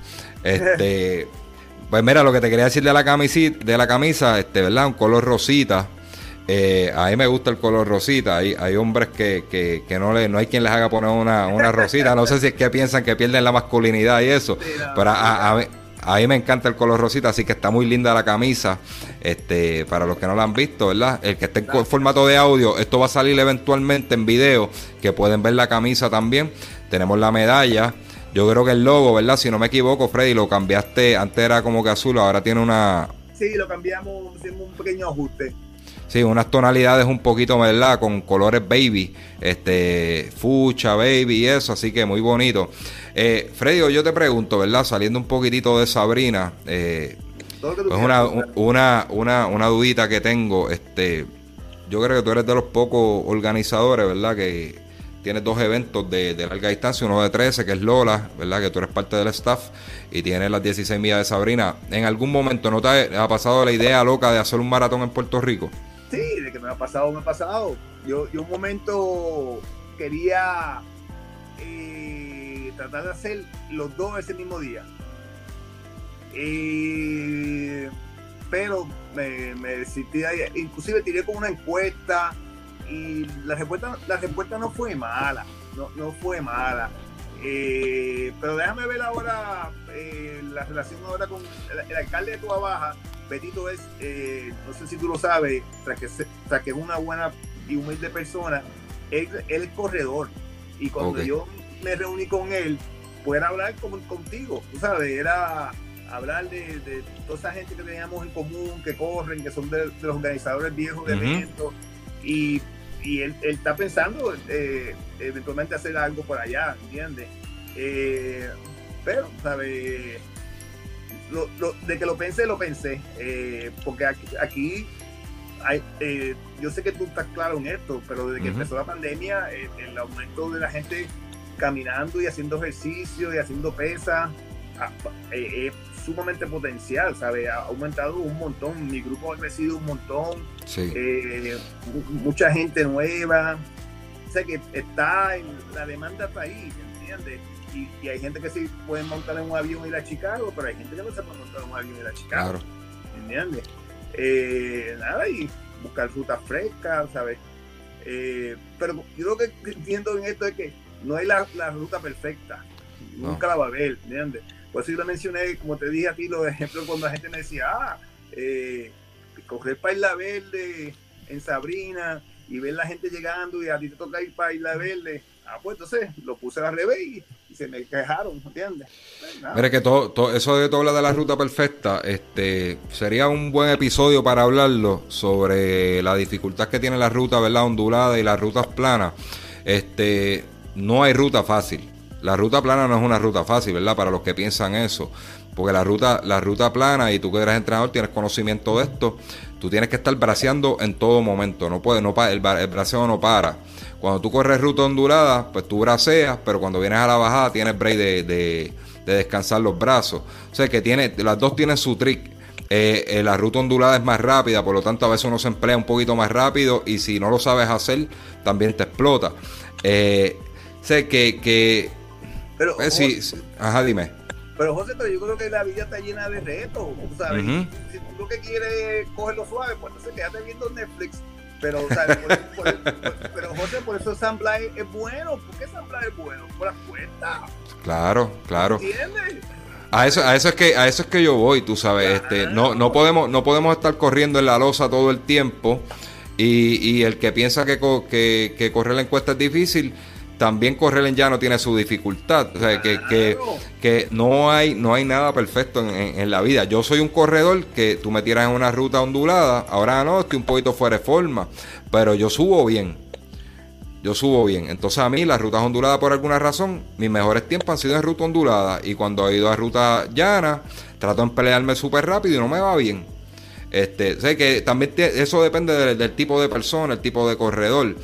Speaker 2: Este Pues mira, lo que te quería decir de la camisita, de la camisa, este, ¿verdad? Un color rosita. Eh, a mí me gusta el color rosita. Hay, hay hombres que, que, que no le, no hay quien les haga poner una, una rosita. No sé si es que piensan que pierden la masculinidad y eso. Sí, no, pero a, a, a, mí, a mí me encanta el color rosita, así que está muy linda la camisa. Este, para los que no la han visto, ¿verdad? El que esté en claro. formato de audio, esto va a salir eventualmente en video, que pueden ver la camisa también. Tenemos la medalla. Yo creo que el logo, ¿verdad? Si no me equivoco, Freddy, lo cambiaste. Antes era como que azul, ahora tiene una...
Speaker 3: Sí, lo cambiamos, hicimos un pequeño ajuste.
Speaker 2: Sí, unas tonalidades un poquito, ¿verdad? Con colores baby, este, fucha, baby y eso, así que muy bonito. Eh, Freddy, yo te pregunto, ¿verdad? Saliendo un poquitito de Sabrina, eh, pues una, una, una, una dudita que tengo, este, yo creo que tú eres de los pocos organizadores, ¿verdad? Que tienes dos eventos de, de larga distancia, uno de trece, que es Lola, ¿verdad? Que tú eres parte del staff, y tienes las dieciséis millas de Sabrina. ¿En algún momento no te ha pasado la idea loca de hacer un maratón en Puerto Rico?
Speaker 3: Sí, de que me ha pasado, me ha pasado. Yo, yo un momento quería eh, tratar de hacer los dos ese mismo día. Eh, pero me, me decidí, inclusive tiré con una encuesta, y la respuesta, la respuesta no fue mala, no, no fue mala. Eh, pero déjame ver ahora eh, la relación ahora con el, el alcalde de Toa Baja. Betito es, eh, no sé si tú lo sabes, tras que, tras que es una buena y humilde persona, él, él es corredor, y cuando okay. yo me reuní con él, pues era hablar como contigo, tú sabes, era hablar de, de toda esa gente que teníamos en común, que corren, que son de, de los organizadores viejos de uh-huh. eventos, y, y él, él está pensando eh, eventualmente hacer algo por allá, ¿entiendes? Eh, pero, ¿sabes? Lo, lo, de que lo pensé, lo pensé, eh, porque aquí, aquí hay, eh, yo sé que tú estás claro en esto, pero desde que uh-huh. empezó la pandemia, eh, el aumento de la gente caminando y haciendo ejercicio y haciendo pesas eh, es sumamente potencial, ¿sabes? Ha aumentado un montón, mi grupo ha crecido un montón,
Speaker 2: sí.
Speaker 3: eh, mucha gente nueva, o sea que está, en, la demanda está ahí, ¿entiendes? Y, y hay gente que sí puede montar en un avión y ir a Chicago, pero hay gente que no se puede montar en un avión y ir a Chicago,
Speaker 2: claro.
Speaker 3: ¿entiendes? Eh, nada, y buscar rutas frescas, ¿sabes? Eh, pero yo lo que entiendo en esto es que no hay la, la ruta perfecta, no. Nunca la va a haber, ¿entiendes? Por eso yo le mencioné, como te dije a ti, los ejemplos cuando la gente me decía, ah, eh, coger para Isla Verde en Sabrina y ver la gente llegando y a ti te toca ir para Isla Verde. Ah, pues entonces lo puse al revés y, y se me quejaron, ¿entiendes? Pues,
Speaker 2: mira que todo, todo eso de todo habla de la ruta perfecta, este sería un buen episodio para hablarlo sobre la dificultad que tiene la ruta, ¿verdad? Ondulada y las rutas planas. Este, no hay ruta fácil. La ruta plana no es una ruta fácil, ¿verdad? Para los que piensan eso. Porque la ruta, la ruta plana, y tú que eres entrenador, tienes conocimiento de esto, tú tienes que estar braceando en todo momento. No puede, no, el, el braceo no para. Cuando tú corres ruta ondulada, pues tú braceas, pero cuando vienes a la bajada tienes break de, de, de descansar los brazos. O sea que tiene, las dos tienen su trick. Eh, eh, la ruta ondulada es más rápida, por lo tanto a veces uno se emplea un poquito más rápido y si no lo sabes hacer, también te explota. Eh, sé que... que
Speaker 3: pero,
Speaker 2: pues,
Speaker 3: José,
Speaker 2: sí, ajá, dime.
Speaker 3: Pero José, pero yo creo que la vida está llena de retos, ¿sabes?
Speaker 2: Uh-huh.
Speaker 3: Si tú lo que quieres cogerlo suave, pues entonces quédate viendo Netflix. Pero, ¿sabes? Por, por, por, pero José, por eso San Blas es bueno. ¿Por qué San Blas es bueno? Por las cuentas.
Speaker 2: Claro, claro.
Speaker 3: ¿Entiendes?
Speaker 2: A eso, a eso es que, a eso es que yo voy, tú sabes, claro. este, no, no podemos, no podemos estar corriendo en la losa todo el tiempo. Y, y el que piensa que, que, que correr la encuesta es difícil, también correr en llano tiene su dificultad. O sea, que, que, que no hay, no hay nada perfecto en, en, en la vida. Yo soy un corredor que tú me tiras en una ruta ondulada, ahora no, estoy un poquito fuera de forma, pero yo subo bien. Yo subo bien. Entonces a mí las rutas onduladas, por alguna razón, mis mejores tiempos han sido en ruta ondulada. Y cuando he ido a ruta llana, trato de pelearme súper rápido y no me va bien. Este, sé que también te, eso depende del, del tipo de persona, el tipo de corredor.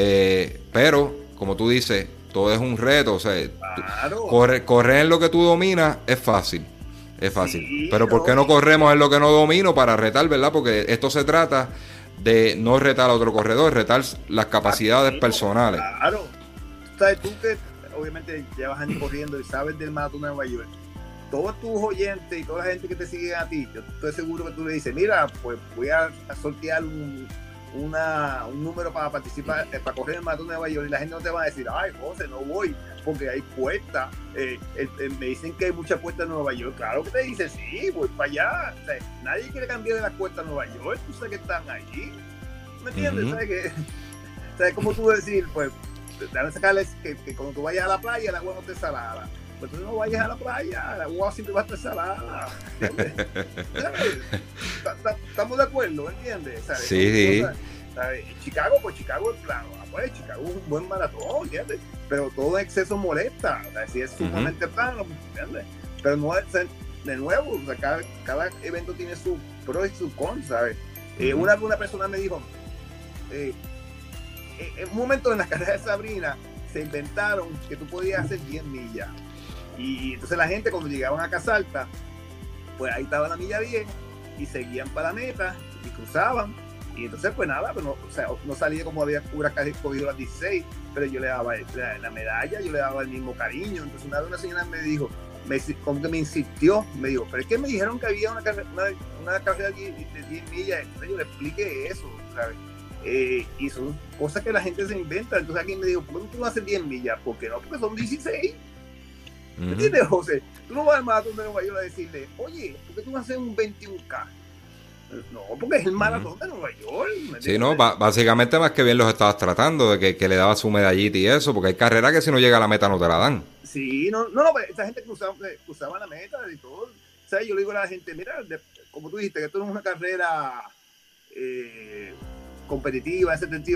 Speaker 2: Eh, pero como tú dices, todo es un reto, o sea,
Speaker 3: claro.
Speaker 2: correr, correr en lo que tú dominas es fácil, es fácil.
Speaker 3: Sí,
Speaker 2: pero ¿por qué no corremos en lo que no domino para retar, verdad? Porque esto se trata de no retar a otro corredor, retar las capacidades
Speaker 3: sí,
Speaker 2: personales.
Speaker 3: Claro. ¿Sabes? Tú que obviamente llevas años corriendo y sabes del maratón de Nueva York, todos tus oyentes y toda la gente que te sigue a ti, yo estoy seguro que tú le dices, mira, pues voy a, a sortear un... Una, un número para participar, eh, para correr el maratón de Nueva York, y la gente no te va a decir, ay José, no voy porque hay puertas, eh, eh, eh, me dicen que hay muchas puertas en Nueva York. Claro que te dicen, sí, voy para allá. O sea, nadie quiere cambiar de las puertas a Nueva York, tú sabes que están allí, ¿me entiendes? Uh-huh. ¿Sabes que, sabes cómo tú decir, pues deben sacarles que, que cuando tú vayas a la playa el agua no esté salada, pues tú no vayas a la playa, el agua siempre va a estar salada, ¿entiendes? ¿Estamos de acuerdo? ¿Entiendes? ¿Sabes?
Speaker 2: Sí, sí.
Speaker 3: ¿Sabes? Chicago, pues Chicago es plano, pues Chicago es un buen maratón, ¿entiendes? Pero todo en exceso molesta, o sea, si es sumamente uh-huh. plano, ¿entiendes? Pero no es, de nuevo, o sea, cada, cada evento tiene su pro y su con, ¿sabes? Uh-huh. Eh, una, una persona me dijo, eh, en un momento en la carrera de Sabrina, se inventaron que tú podías hacer diez millas. Y entonces la gente cuando llegaban a Casalta, pues ahí estaba la milla diez y seguían para la meta y cruzaban. Y entonces pues nada, pues no, o sea, no salía como había hubiera casi cogido las dieciséis, pero yo le daba la, la medalla, yo le daba el mismo cariño. Entonces una vez una señora me dijo, me, como que me insistió, me dijo, pero es que me dijeron que había una carrera, una, una carrera de diez millas. Entonces yo le expliqué eso, ¿sabes? Eh, y son cosas que la gente se inventa. Entonces alguien me dijo, ¿por qué tú no haces diez millas? ¿Por qué no? Porque son dieciséis. ¿Me uh-huh. entiendes, José? Tú no vas al maratón de Nueva York a decirle, oye, ¿por qué tú no haces un veintiuno K? No, porque es el maratón uh-huh. de Nueva York.
Speaker 2: Sí, no, b- básicamente más que bien los estabas tratando, de que, que le dabas su medallita y eso, porque hay carreras que si no llega a la meta no te la dan.
Speaker 3: Sí, no, no, no, esa gente cruzaba, cruzaba la meta y todo. O sea, yo le digo a la gente, mira, de, como tú dijiste, que esto no es una carrera eh, competitiva en ese sentido.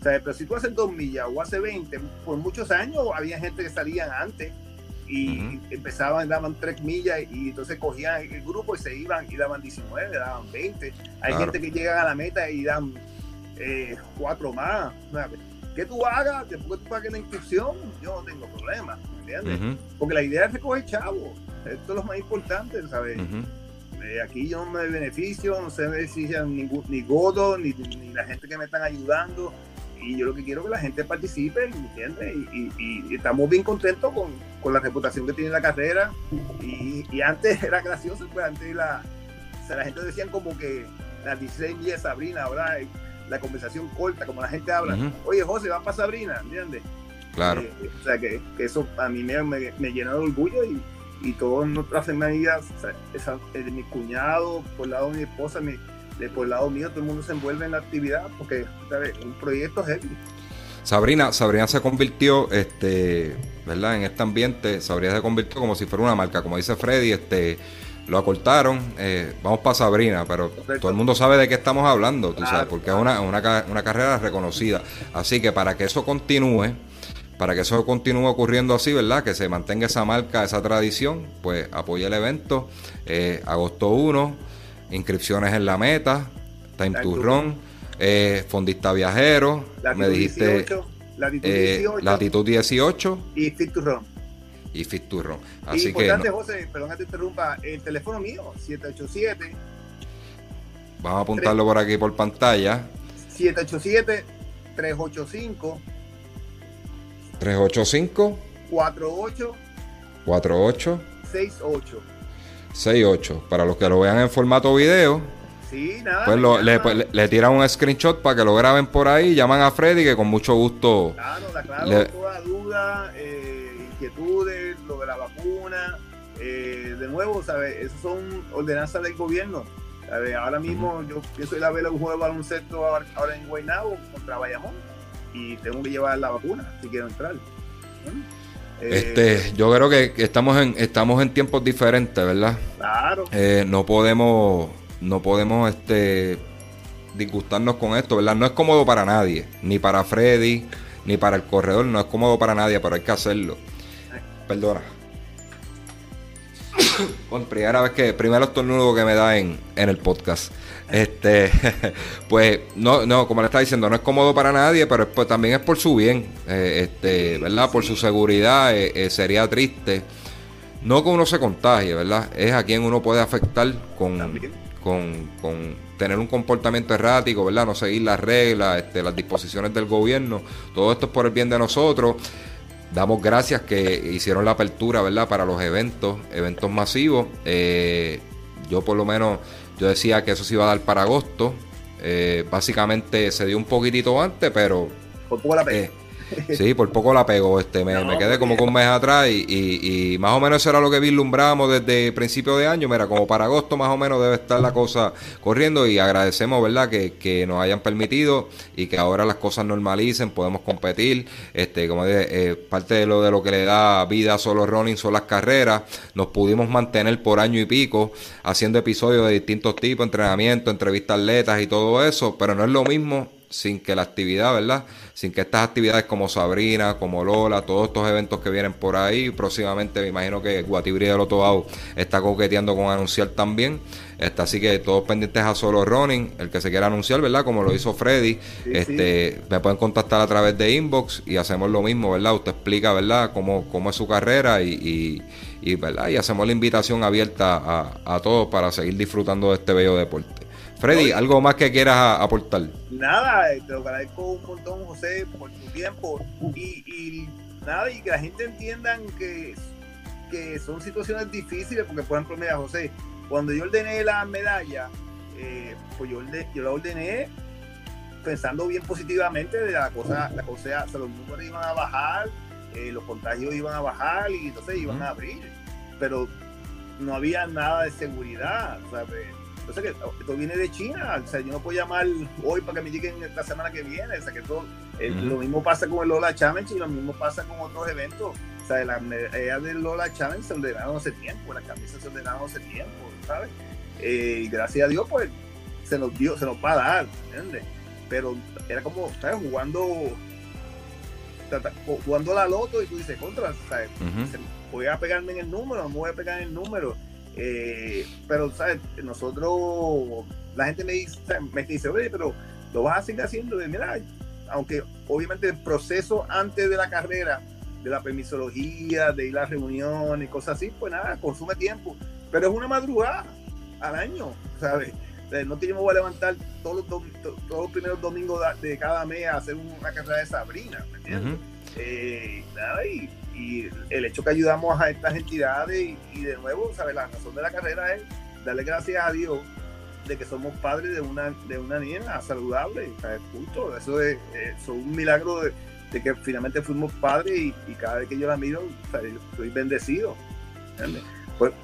Speaker 3: O sea, pero si tú haces dos millas o haces veinte, por muchos años había gente que salían antes y uh-huh. empezaban, daban tres millas y entonces cogían el grupo y se iban y daban diecinueve, daban veinte. Hay claro. gente que llega a la meta y dan eh, cuatro más. ¿Qué tú hagas? Después que tú pagues la inscripción, yo no tengo problema, ¿entiendes? Uh-huh. Porque la idea es recoger chavos. Esto es lo más importante, ¿sabes? Uh-huh. Eh, aquí yo no me beneficio, no se benefician ni, ni Godo, ni, ni la gente que me están ayudando. Y yo lo que quiero es que la gente participe, ¿entiendes? Y, y, y estamos bien contentos con, con la reputación que tiene la carrera. Y, y antes era gracioso, pues antes la, o sea, la gente decían como que las dieciséis millas de Sabrina, ahora la conversación corta, como la gente habla. Uh-huh. Oye, José, va para Sabrina, ¿entiendes?
Speaker 2: Claro.
Speaker 3: Eh, o sea, que, que eso a mí me, me, me llena de orgullo y, y todas nuestras amigas, o sea, esa, de mi cuñado, por el lado de mi esposa, mi de por el lado mío, todo el mundo se envuelve en la actividad porque, ¿sabes? Un proyecto heavy.
Speaker 2: Sabrina, Sabrina se convirtió, este, ¿verdad? En este ambiente, Sabrina se convirtió como si fuera una marca, como dice Freddy, este, lo acortaron, eh, vamos para Sabrina, pero Perfecto. Todo el mundo sabe de qué estamos hablando, tú claro, sabes, porque claro. es una, una, una carrera reconocida. Así que para que eso continúe, para que eso continúe ocurriendo así, ¿verdad? Que se mantenga esa marca, esa tradición, pues apoya el evento, eh, agosto primero, inscripciones en la meta, Time to Run, eh, Fondista Viajero, latitud me dijiste
Speaker 3: dieciocho, latitud,
Speaker 2: eh,
Speaker 3: dieciocho,
Speaker 2: latitud dieciocho
Speaker 3: y Fit to Run.
Speaker 2: Y Fit to Run. Así
Speaker 3: y importante,
Speaker 2: que no,
Speaker 3: José, perdón que te interrumpa, el teléfono mío, siete ocho siete.
Speaker 2: Vamos a apuntarlo por aquí por pantalla.
Speaker 3: siete ocho siete, tres ocho cinco.
Speaker 2: tres ocho cinco.
Speaker 3: cuatro ocho.
Speaker 2: cuatro ocho.
Speaker 3: seis ocho.
Speaker 2: seis ocho. Para los que lo vean en formato video,
Speaker 3: sí, nada,
Speaker 2: pues, lo, le, pues le, le tiran un screenshot para que lo graben por ahí, llaman a Freddy que con mucho gusto.
Speaker 3: Claro, claro,
Speaker 2: le,
Speaker 3: toda duda, eh, inquietudes, lo de la vacuna, eh, de nuevo, ¿sabes? Esas son ordenanzas del gobierno. ¿Sabes? Ahora mismo uh-huh. yo pienso ir a ver un juego de baloncesto ahora en Guaynabo contra Bayamón y tengo que llevar la vacuna si quiero entrar. ¿Mm?
Speaker 2: Este, yo creo que estamos en estamos en tiempos diferentes, ¿verdad?
Speaker 3: Claro.
Speaker 2: Eh, no podemos no podemos este disgustarnos con esto, ¿verdad? No es cómodo para nadie, ni para Freddy, ni para el corredor, no es cómodo para nadie, pero hay que hacerlo. Perdona. Bueno, primera vez que primero estornudo que me da en, en el podcast. Este, pues no, no, como le estaba diciendo, no es cómodo para nadie, pero es, pues, también es por su bien, eh, este, ¿verdad? Por su seguridad, eh, eh, sería triste. No que uno se contagie, ¿verdad? Es a quien uno puede afectar con, con, con tener un comportamiento errático, ¿verdad? No seguir las reglas, este, las disposiciones del gobierno. Todo esto es por el bien de nosotros. Damos gracias que hicieron la apertura, ¿verdad? Para los eventos, eventos masivos. Eh, yo por lo menos, yo decía que eso se iba a dar para agosto. Eh, básicamente se dio un poquitito antes, pero...
Speaker 3: Por poco la pegó.
Speaker 2: Eh, sí, por poco la pegó. Este, me, no, me quedé como que un mes atrás y, y, y más o menos eso era lo que vislumbrábamos desde principio de año. Mira, como para agosto más o menos debe estar la cosa corriendo y agradecemos, ¿verdad? Que, que nos hayan permitido y que ahora las cosas normalicen, podemos competir. Este, como dije, eh, parte de lo de lo que le da vida a Solo Running son las carreras. Nos pudimos mantener por año y pico haciendo episodios de distintos tipos, entrenamiento, entrevistas atletas y todo eso, pero no es lo mismo sin que la actividad, ¿verdad? Sin que estas actividades como Sabrina, como Lola, todos estos eventos que vienen por ahí, próximamente me imagino que Guatibri de Lotobao está coqueteando con anunciar también. Este, así que todos pendientes a Solo Running, el que se quiera anunciar, ¿verdad? Como lo hizo Freddy, sí, este, sí. Me pueden contactar a través de inbox y hacemos lo mismo, ¿verdad? Usted explica, ¿verdad? Cómo, cómo es su carrera y, y, y, ¿verdad? Y hacemos la invitación abierta a, a todos para seguir disfrutando de este bello deporte. Freddy, no, ¿algo más que quieras aportar?
Speaker 3: Nada, te lo agradezco un montón, José, por tu tiempo y, y nada, y que la gente entienda que, que son situaciones difíciles, porque por ejemplo, mira, José, cuando yo ordené la medalla, eh, pues yo, orde, yo la ordené pensando bien positivamente de la cosa, la cosa, o sea, los números iban a bajar, eh, los contagios iban a bajar y entonces iban uh-huh. a abrir, pero no había nada de seguridad, ¿sabes? Entonces, que esto viene de China, o sea, yo no puedo llamar hoy para que me lleguen la semana que viene, o sea, que todo, el, uh-huh. lo mismo pasa con el Lola Challenge y lo mismo pasa con otros eventos, o sea, las medallas del Lola Challenge se ordenaron hace tiempo, las camisas se ordenaron hace tiempo, ¿sabes? Eh, y gracias a Dios, pues, se nos dio, se nos va a dar, ¿entiendes? pero era como, ¿sabes? Jugando, jugando la loto y tú dices, contra, ¿sabes? Uh-huh. Voy a pegarme en el número, no me voy a pegar en el número. Eh, pero, ¿sabes? Nosotros, la gente me dice, me dice, oye, pero lo vas a seguir haciendo. Y mira, aunque obviamente el proceso antes de la carrera, de la permisología, de ir a reuniones y cosas así, pues nada, consume tiempo. Pero es una madrugada al año, ¿sabes? No que yo me voy a levantar todos los, dom- todos los primeros domingos de cada mes a hacer una carrera de Sabrina, ¿me entiendes? Uh-huh. Eh, nada, y, y el hecho que ayudamos a estas entidades y, y de nuevo, ¿sabes? La razón de la carrera es darle gracias a Dios de que somos padres de una, de una niña saludable, ¿sabes? Punto. Eso es, es un milagro de, de que finalmente fuimos padres y, y cada vez que yo la miro, ¿sabes? Estoy bendecido, ¿entiendes? Pues,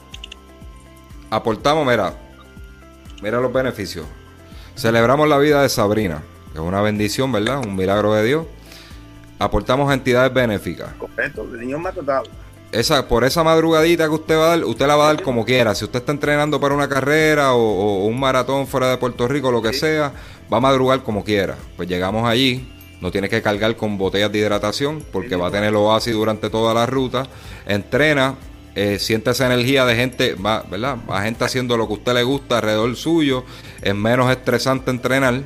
Speaker 2: aportamos, mira, mira los beneficios. Celebramos la vida de Sabrina, que es una bendición, ¿verdad? Un milagro de Dios. Aportamos a entidades benéficas.
Speaker 3: Correcto, el niño me ha tratado.
Speaker 2: Esa, por esa madrugadita que usted va a dar, usted la va a dar como quiera. Si usted está entrenando para una carrera o, o un maratón fuera de Puerto Rico, lo que sí. sea, va a madrugar como quiera. Pues llegamos allí, no tiene que cargar con botellas de hidratación, porque sí, va a tener oasis durante toda la ruta. Entrena, eh, siente esa energía de gente, va, ¿verdad? Va gente haciendo lo que a usted le gusta alrededor suyo. Es menos estresante entrenar.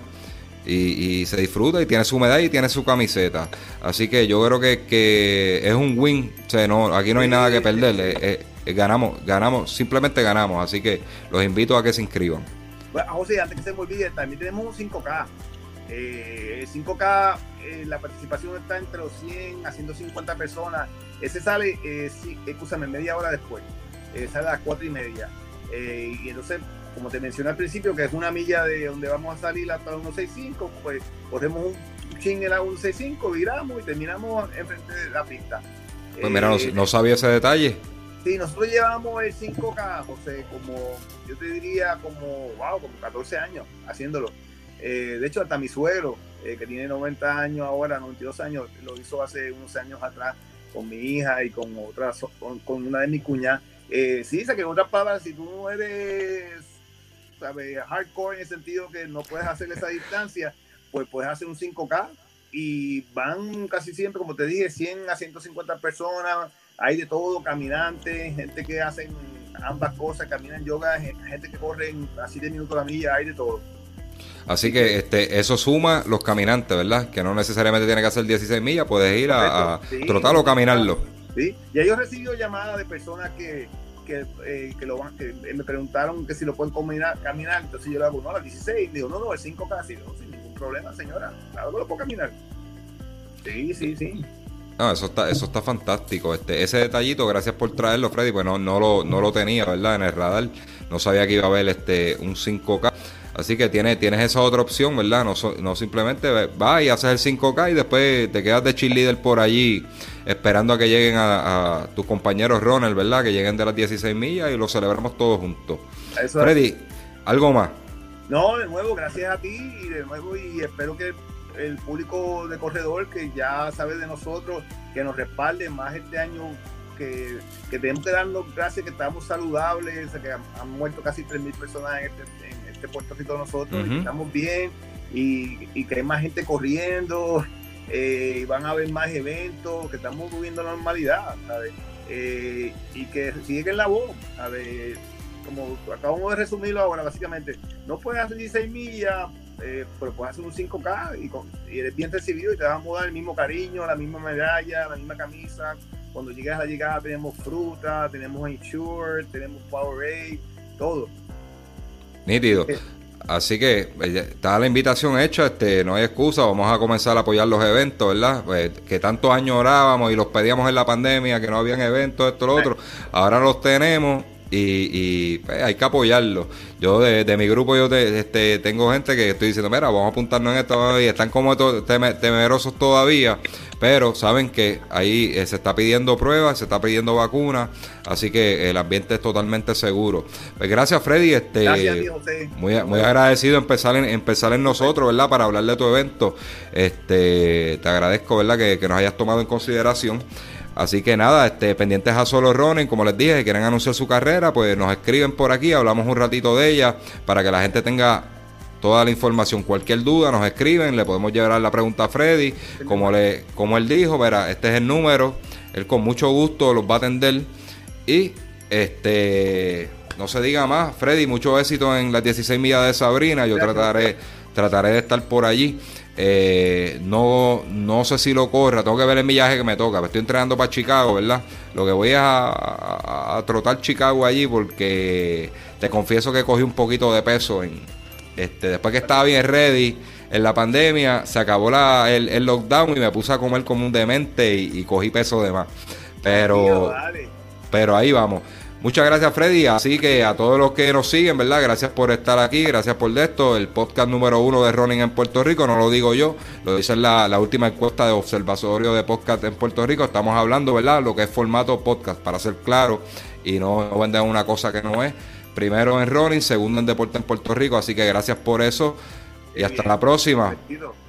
Speaker 2: Y, y se disfruta y tiene su medalla y tiene su camiseta. Así que yo creo que, que es un win. O sea, no, aquí no hay nada que perder. Eh, eh, ganamos, ganamos, simplemente ganamos. Así que los invito a que se inscriban.
Speaker 3: Bueno, José, antes que se me olvide, también tenemos un cinco K. Eh, el cinco K, eh, la participación está entre los cien a ciento cincuenta personas. Ese sale, eh, sí, escúchame, media hora después. Eh, sale a las cuatro y media. Eh, y entonces, como te mencioné al principio, que es una milla de donde vamos a salir hasta la ciento sesenta y cinco, pues corremos un ching en la ciento sesenta y cinco, viramos y terminamos enfrente de la pista.
Speaker 2: Pues mira, eh, no, no sabía ese detalle.
Speaker 3: Sí, nosotros llevamos el cinco K, José, como, yo te diría, como, wow, como catorce años haciéndolo. Eh, de hecho, hasta mi suegro, eh, que tiene noventa años ahora, noventa y dos años, lo hizo hace unos años atrás con mi hija y con otras, con, con una de mis cuñadas. Eh, sí, dice que en otras palabras, si tú no eres, ¿sabes? Hardcore en el sentido que no puedes hacer esa distancia, pues puedes hacer un cinco K y van casi siempre, como te dije, cien a ciento cincuenta personas, hay de todo, caminantes, gente que hacen ambas cosas, caminan yoga, gente que corren a siete minutos la milla, hay de todo.
Speaker 2: Así que este eso suma los caminantes, ¿verdad? Que no necesariamente tiene que hacer dieciséis millas, puedes ir a, a sí, trotar o caminarlo.
Speaker 3: Sí, y yo he recibido llamadas de personas que Que, eh, que, lo van, que me preguntaron que si lo pueden caminar, caminar, entonces yo le hago, no, a las dieciséis, digo, no, no, el cinco K, sí, no, sin ningún problema, señora, claro que lo puedo caminar. Sí, sí, sí.
Speaker 2: No, eso está, eso está fantástico. Este, ese detallito, gracias por traerlo, Freddy, pues no, no lo, no lo tenía, ¿verdad? En el radar, no sabía que iba a haber este un cinco K. Así que tienes, tienes esa otra opción, ¿verdad? No, no simplemente vas y haces el cinco K y después te quedas de cheerleader por allí esperando a que lleguen a, a tus compañeros Ronald, ¿verdad? Que lleguen de las dieciséis millas y lo celebramos todos juntos. Eso Freddy, es. ¿Algo más?
Speaker 3: No, de nuevo, gracias a ti y de nuevo y espero que el público de corredor que ya sabe de nosotros, que nos respalde más este año, que, que tenemos que darnos gracias que estamos saludables, que han, han muerto casi tres mil personas en este, en este Puerto Rico de nosotros, uh-huh. Estamos bien y, y que hay más gente corriendo, eh, y van a haber más eventos, que estamos viviendo normalidad, ¿sabes? Eh, y que siguen la voz, ¿sabes? Como acabamos de resumirlo ahora, básicamente, no puedes hacer dieciséis millas, eh, pero puedes hacer un cinco K y, con, y eres bien recibido y te vamos a dar el mismo cariño, la misma medalla, la misma camisa. Cuando llegues a la llegada tenemos fruta, tenemos Ensure, tenemos Powerade, todo.
Speaker 2: Nítido.
Speaker 3: Eh,
Speaker 2: Así que está la invitación hecha, este, no hay excusa, vamos a comenzar a apoyar los eventos, ¿verdad? Pues, que tantos años orábamos y los pedíamos en la pandemia, que no habían eventos, esto, lo otro, ahora los tenemos. Y, y pues, hay que apoyarlo. Yo de, de mi grupo yo te, este, tengo gente que estoy diciendo, mira, vamos a apuntarnos en esto, y están como tem- temerosos todavía, pero saben que ahí eh, se está pidiendo pruebas, se está pidiendo vacunas, así que el ambiente es totalmente seguro. Pues gracias, Freddy, este,
Speaker 3: gracias, tío, José.
Speaker 2: muy, muy agradecido empezar en, empezar en nosotros, ¿verdad? Para hablar de tu evento. Este, te agradezco, ¿verdad? Que, que nos hayas tomado en consideración. Así que nada, este, pendientes a Solo Running, como les dije, si quieren anunciar su carrera, pues nos escriben por aquí, hablamos un ratito de ella, para que la gente tenga toda la información. Cualquier duda nos escriben, le podemos llevar la pregunta a Freddy, como, le, como él dijo, verá, este es el número, él con mucho gusto los va a atender y este no se diga más. Freddy, mucho éxito en las dieciséis millas de Sabrina, yo Gracias. trataré trataré de estar por allí. Eh, no no sé si lo corra, tengo que ver el millaje que me toca. Me estoy entrenando para Chicago, ¿verdad? Lo que voy es a, a, a trotar Chicago allí porque te confieso que cogí un poquito de peso en, este, después que estaba bien ready en la pandemia, se acabó la, el, el lockdown y me puse a comer como un demente y, y cogí peso de más. Pero, pero ahí vamos. Muchas gracias, Freddy. Así que a todos los que nos siguen, ¿verdad? Gracias por estar aquí, gracias por esto. El podcast número uno de running en Puerto Rico, no lo digo yo, lo dice la, la última encuesta de Observatorio de Podcast en Puerto Rico. Estamos hablando, ¿verdad? Lo que es formato podcast, para ser claro y no, no vender una cosa que no es. Primero en running, segundo en deporte en Puerto Rico. Así que gracias por eso y hasta la próxima.